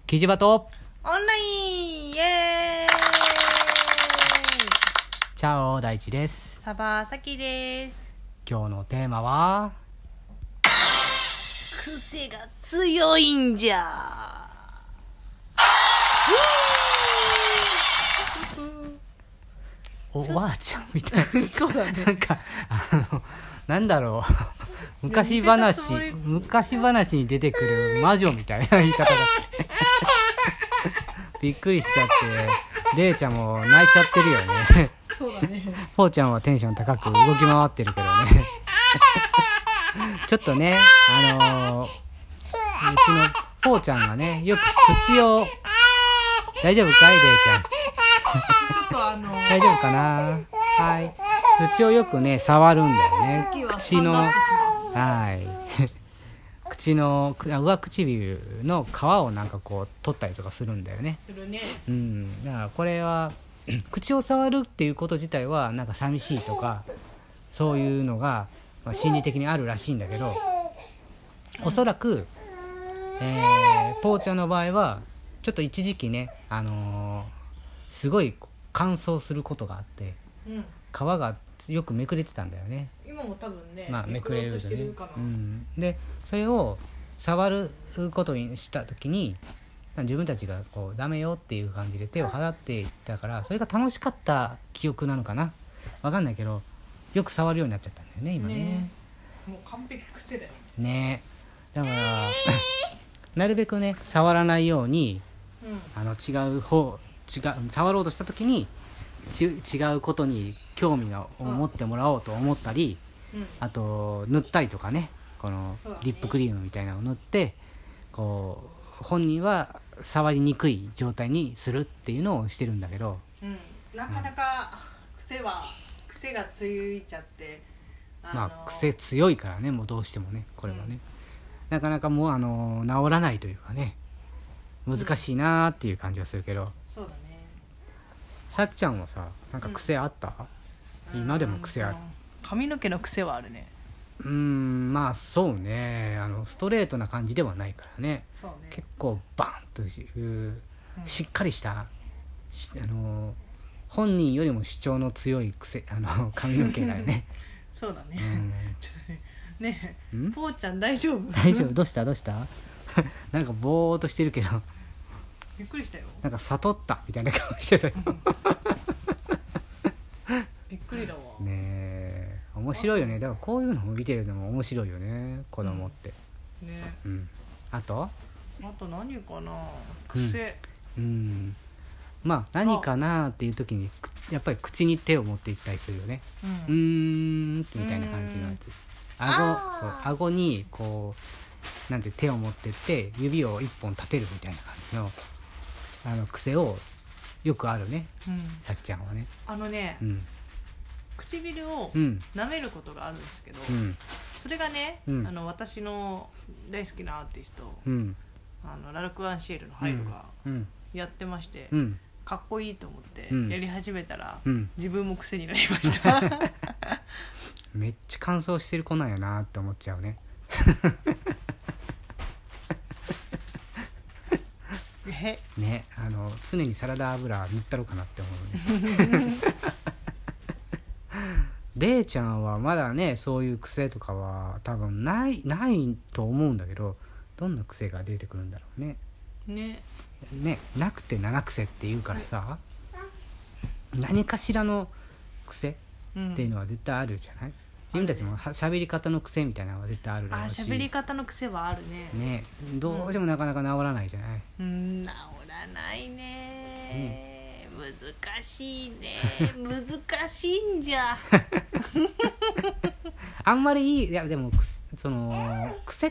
キジバトオンラインイエーイ。 チャオ大地です。 サバサキです。 今日のテーマは癖が強いんじゃ。 おばあちゃんみたいなそうだね。 なんかなんだろう昔話に出てくる魔女みたいな言い方だってびっくりしちゃってレイちゃんも泣いちゃってるよね。 そうだね。 ポーちゃんはテンション高く動き回ってるけどねちょっとねうちのポーちゃんがねよく口を大丈夫かいレイちゃん大丈夫かな。はい。口をよくね触るんだよね。口の口の上唇の皮をなんかこう取ったりとかするんだよね。 するね。 うん。だからこれは口を触るっていうこと自体はなんか寂しいとかそういうのが心理的にあるらしいんだけど、おそらく、ポーちゃんの場合はちょっと一時期ねすごい乾燥することがあって、皮がよくめくれてたんだよね。 今も多分ね、 めくれるとね、 かな。 でそれを触ることにした時に自分たちがこうダメよっていう感じで手を払っていったから、それが楽しかった記憶なのかな、わかんないけどよく触るようになっちゃったんだよね今ね。 もう完璧癖だよね。だからなるべくね触らないように、触ろうとした時に違うことに興味を持ってもらおうと思ったり、あと塗ったりとかね、このリップクリームみたいなのを塗ってこう本人は触りにくい状態にするっていうのをしてるんだけど、 なかなか癖が強いちゃって、 癖強いからね、もうどうしてもねこれはね、なかなかもう治らないというかね、難しいなーっていう感じがするけど、 そうだね。 さっちゃんはさ、なんか癖あった？今でも癖ある？ 髪の毛の癖はあるね。 まあそうね、ストレートな感じではないからね。 そうね。 結構バンとしっかりした、本人よりも主張の強い髪の毛だよねそうだね、ちょっとねえ、ポーちゃん大丈夫？ 大丈夫？どうしたなんかぼーっとしてるけど、 びっくりしたよ。 なんか悟ったみたいな顔してたよびっくりだわねえ、面白いよね。だからこういうのを見てるのも面白いよね、子供って、 ね。 あと何かな、癖。 まあ何かなっていう時にやっぱり口に手を持っていったりするよね。みたいな感じのやつ。顎にこうなんて手を持ってって指を一本立てるみたいな感じの癖をよくあるね、さきちゃんはね。 唇を舐めることがあるんですけど、それがね、私の大好きなアーティスト、ラルク・アンシエルのハイドがやってまして、かっこいいと思ってやり始めたら、自分も癖になりましためっちゃ乾燥してる子なんやなって思っちゃうねね、常にサラダ油塗ったろかなって思うねレイちゃんはまだねそういう癖とかは多分ないと思うんだけど、どんな癖が出てくるんだろうね。なくて七癖って言うからさ、何かしらの癖っていうのは絶対あるじゃない。自分たちも喋り方の癖みたいなのは絶対あるだろうし、 喋り方の癖はあるね。 どうしてもなかなか治らないじゃない。 治らないね。難しいね。難しいんじゃあんまりいやでもその癖って、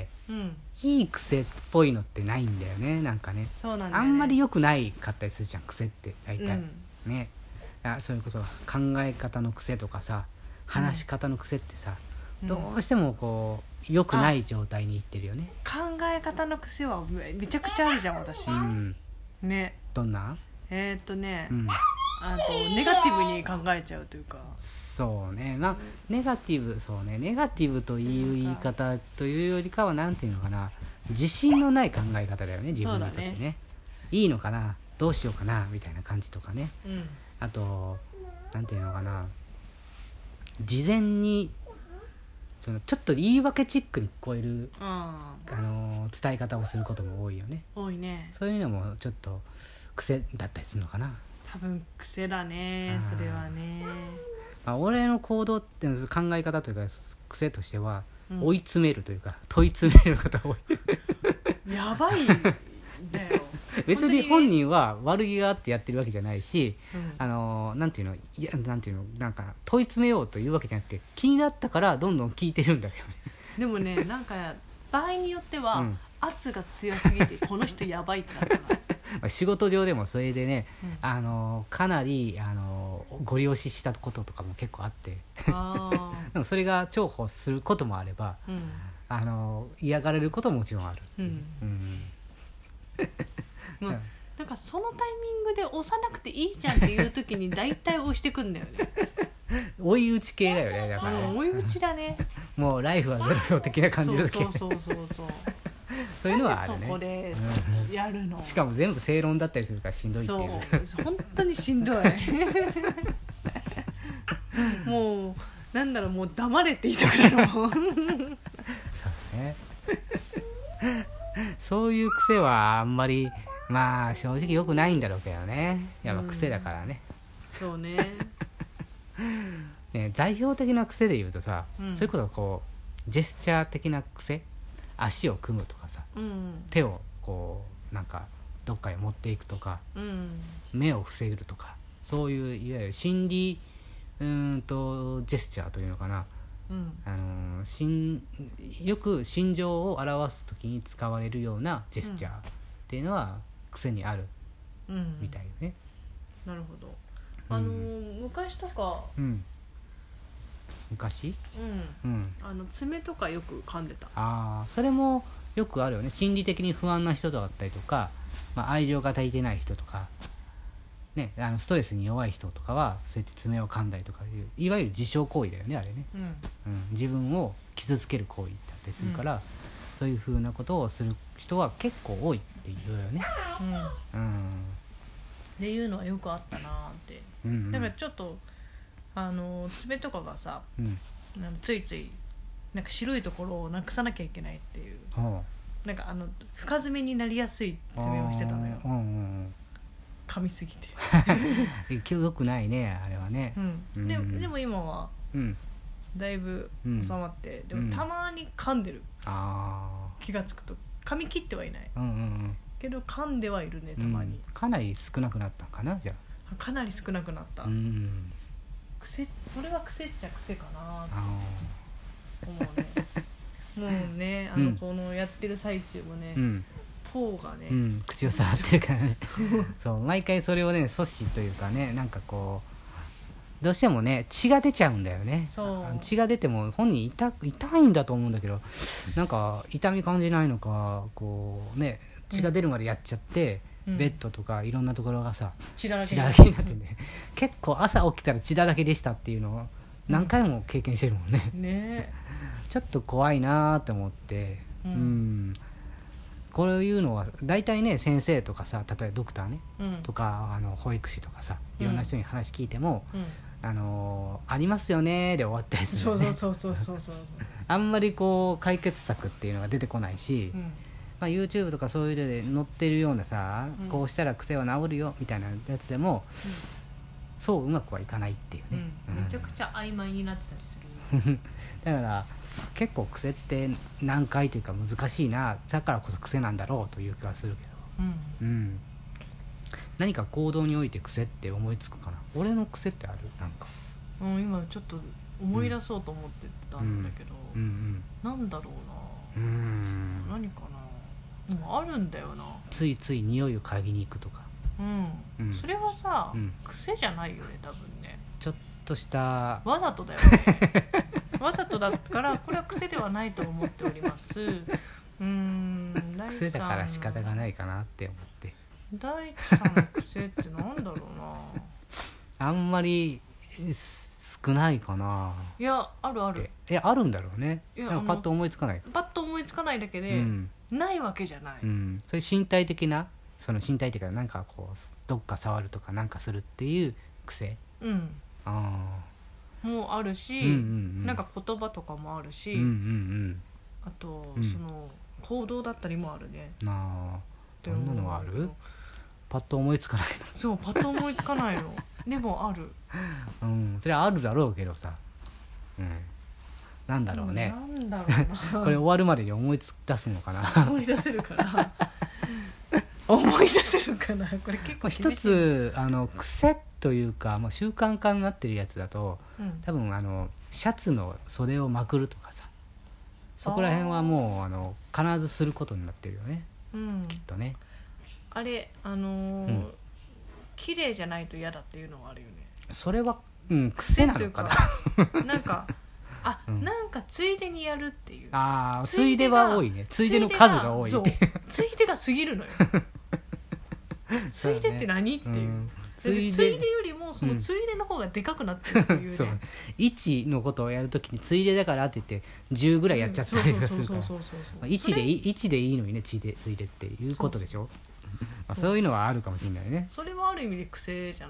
いい癖っぽいのってないんだよね、なんかね。 そうなんだよね。 あんまり良くないかったりするじゃん、癖って大体、ね。それこそ考え方の癖とかさ、話し方の癖ってさ、どうしてもこう良くない状態にいってるよね。 考え方の癖はめちゃくちゃあるじゃん私。 どんな？ ネガティブに考えちゃうというか。 そうね、ネガティブという言い方というよりかはなんていうのかな、 自信のない考え方だよね、自分にとってね。 そうだね、 いいのかな、どうしようかなみたいな感じとかね、 うん、 あとなんていうのかな、事前にそのちょっと言い訳チックに聞こえる、伝え方をすることも多いよね。 多いね。 そういうのもちょっと癖だったりするのかな。 多分癖だね、それはね。 俺の行動って考え方というか癖としては、追い詰めるというか問い詰めることが多いやばいんだよ別に本人は悪気があってやってるわけじゃないし、なんていうの、なんか問い詰めようというわけじゃなくて、気になったからどんどん聞いてるんだけどね。 でもね、なんか場合によっては、圧が強すぎてこの人やばいってなるから仕事上でもそれでね、かなりご利用ししたこととかも結構あってでもそれが重宝することもあれば、嫌がられることももちろんある。 もうなんかそのタイミングで押さなくていいじゃんっていう時に大体押してくんだよね。 追い打ち系だよね、だからね。 追い打ちだね。 もうライフはゼロ秒的な感じの時。 そうそういうのはあるね。 そこでやるの。 しかも全部正論だったりするからしんどいっていう。 そう本当にしんどい。もうなんだろう、もう黙れって言いたくなるもん。そうね。そういう癖はあんまりまあ正直良くないんだろうけどね。やっぱ癖だからね。 そうね。 ね、代表的な癖で言うとさ、そういうことこうジェスチャー的な癖、足を組むとかさ、手をこうなんかどっかへ持っていくとか、目を伏せるとか、そういういわゆる心理ジェスチャーというのかな、よく心情を表すときに使われるようなジェスチャーっていうのは癖にあるみたいよね。 なるほど。昔とか、 昔、 爪とかよく噛んでた。 それもよくあるよね。心理的に不安な人だったりとか、愛情が足りてない人とか、ね、ストレスに弱い人とかはそうやって爪を噛んだりとかいう、いわゆる自傷行為だよね、あれね。自分を傷つける行為だったりするから、そういうふうなことをする人は結構多いっていうよね。 っていうのはよくあったなって。だからちょっと爪とかがさ、ついついなんか白いところをなくさなきゃいけないっていう、なんか深爪になりやすい爪をしてたのよ。噛みすぎて。 よくないね、あれはね。 でも今はだいぶ収まって、でもたまに噛んでる。気がつくと噛み切ってはいない。けど噛んではいるね、たまに。 かなり少なくなったかな、じゃあ。 かなり少なくなった。癖、それは癖っちゃ癖かなって思うね。もうね、このやってる最中もね、ポーがね、 口を触ってるからね。そう毎回それをね阻止というかね、なんかこうどうしてもね血が出ちゃうんだよね。血が出ても本人痛いんだと思うんだけど、なんか痛み感じないのか、こうね血が出るまでやっちゃって、ベッドとかいろんなところがさ血だらけになってね、結構朝起きたら血だらけでしたっていうのを何回も経験してるもんね。ちょっと怖いなと思って、こういうのは大体ね、先生とかさ、例えばドクターね、とか保育士とかさ、いろんな人に話聞いても、ありますよねで終わったりするよね。あんまりこう解決策っていうのが出てこないし、YouTube とかそういうので載ってるようなさ、こうしたら癖は治るよみたいなやつでも、そううまくはいかないっていうね。 めちゃくちゃ曖昧になってたりする。 だから結構癖って難解というか難しいな、だからこそ癖なんだろうという気はするけど、何か行動において癖って思いつくかな。俺の癖ってある？なんか今ちょっと思い出そうと思ってたんだけど、なんだろうな、何かな。でもあるんだよな。 ついつい匂いを嗅ぎに行くとか。 それはさ、癖じゃないよね、多分ね。 ちょっとしたわざとだよ。わざとだからこれは癖ではないと思っております。 癖だから仕方がないかなって思って。 大地さんの癖ってなんだろうな。 あんまり少ないかな。 いやあるある。 あるんだろうね。 いやなんかパッと思いつかない。 パッと思いつかないだけで、ないわけじゃない。 そういう身体的な、その身体的ななんかこうどっか触るとかなんかするっていう癖。 もうあるし、なんか言葉とかもあるし、あと、その行動だったりもあるね。 どんなのがある？パッと思いつかないの。 そうパッと思いつかないの。でもある。 それはあるだろうけどさ。なんだろうね。 なんだろうな。 これ終わるまでに思い出すのかな。 思い出せるかな。思い出せるかな。これ結構一つ癖というか、習慣化になってるやつだと、多分シャツの袖をまくるとかさ、そこら辺はもう必ずすることになってるよね、きっとね。 あれ綺麗じゃないと嫌だっていうのはあるよね。 それは、癖なのかな。 なんかなんかついでにやるっていう。 ついでは多いね。ついでの数が多い。 ついでが過ぎるのよ。ついでって何っていう。ついでよりもそのついでの方がでかくなってるっていうね。 1のことをやるときについでだからって言って10ぐらいやっちゃったりするから、1でいいのにね、ついでっていうことでしょ。そういうのはあるかもしれないね。 それはある意味で癖じゃない。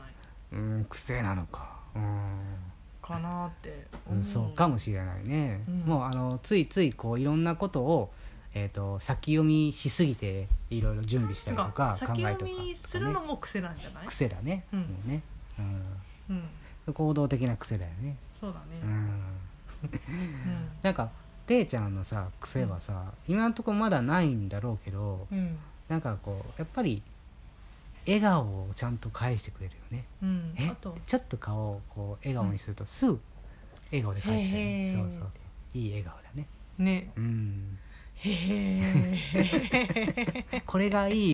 癖なのかかなって。 そうかもしれないね。もうついついこういろんなことを先読みしすぎていろいろ準備したりとか考えとか、 先読みするのも癖なんじゃない？ 癖だね。もうね。行動的な癖だよね。 そうだね。 なんかていちゃんのさ癖はさ、今のところまだないんだろうけど、なんかこうやっぱり笑顔をちゃんと返してくれるよね。ちょっと顔をこう笑顔にするとすぐ笑顔で返してね。そういい笑顔だね。 ね。 これがいい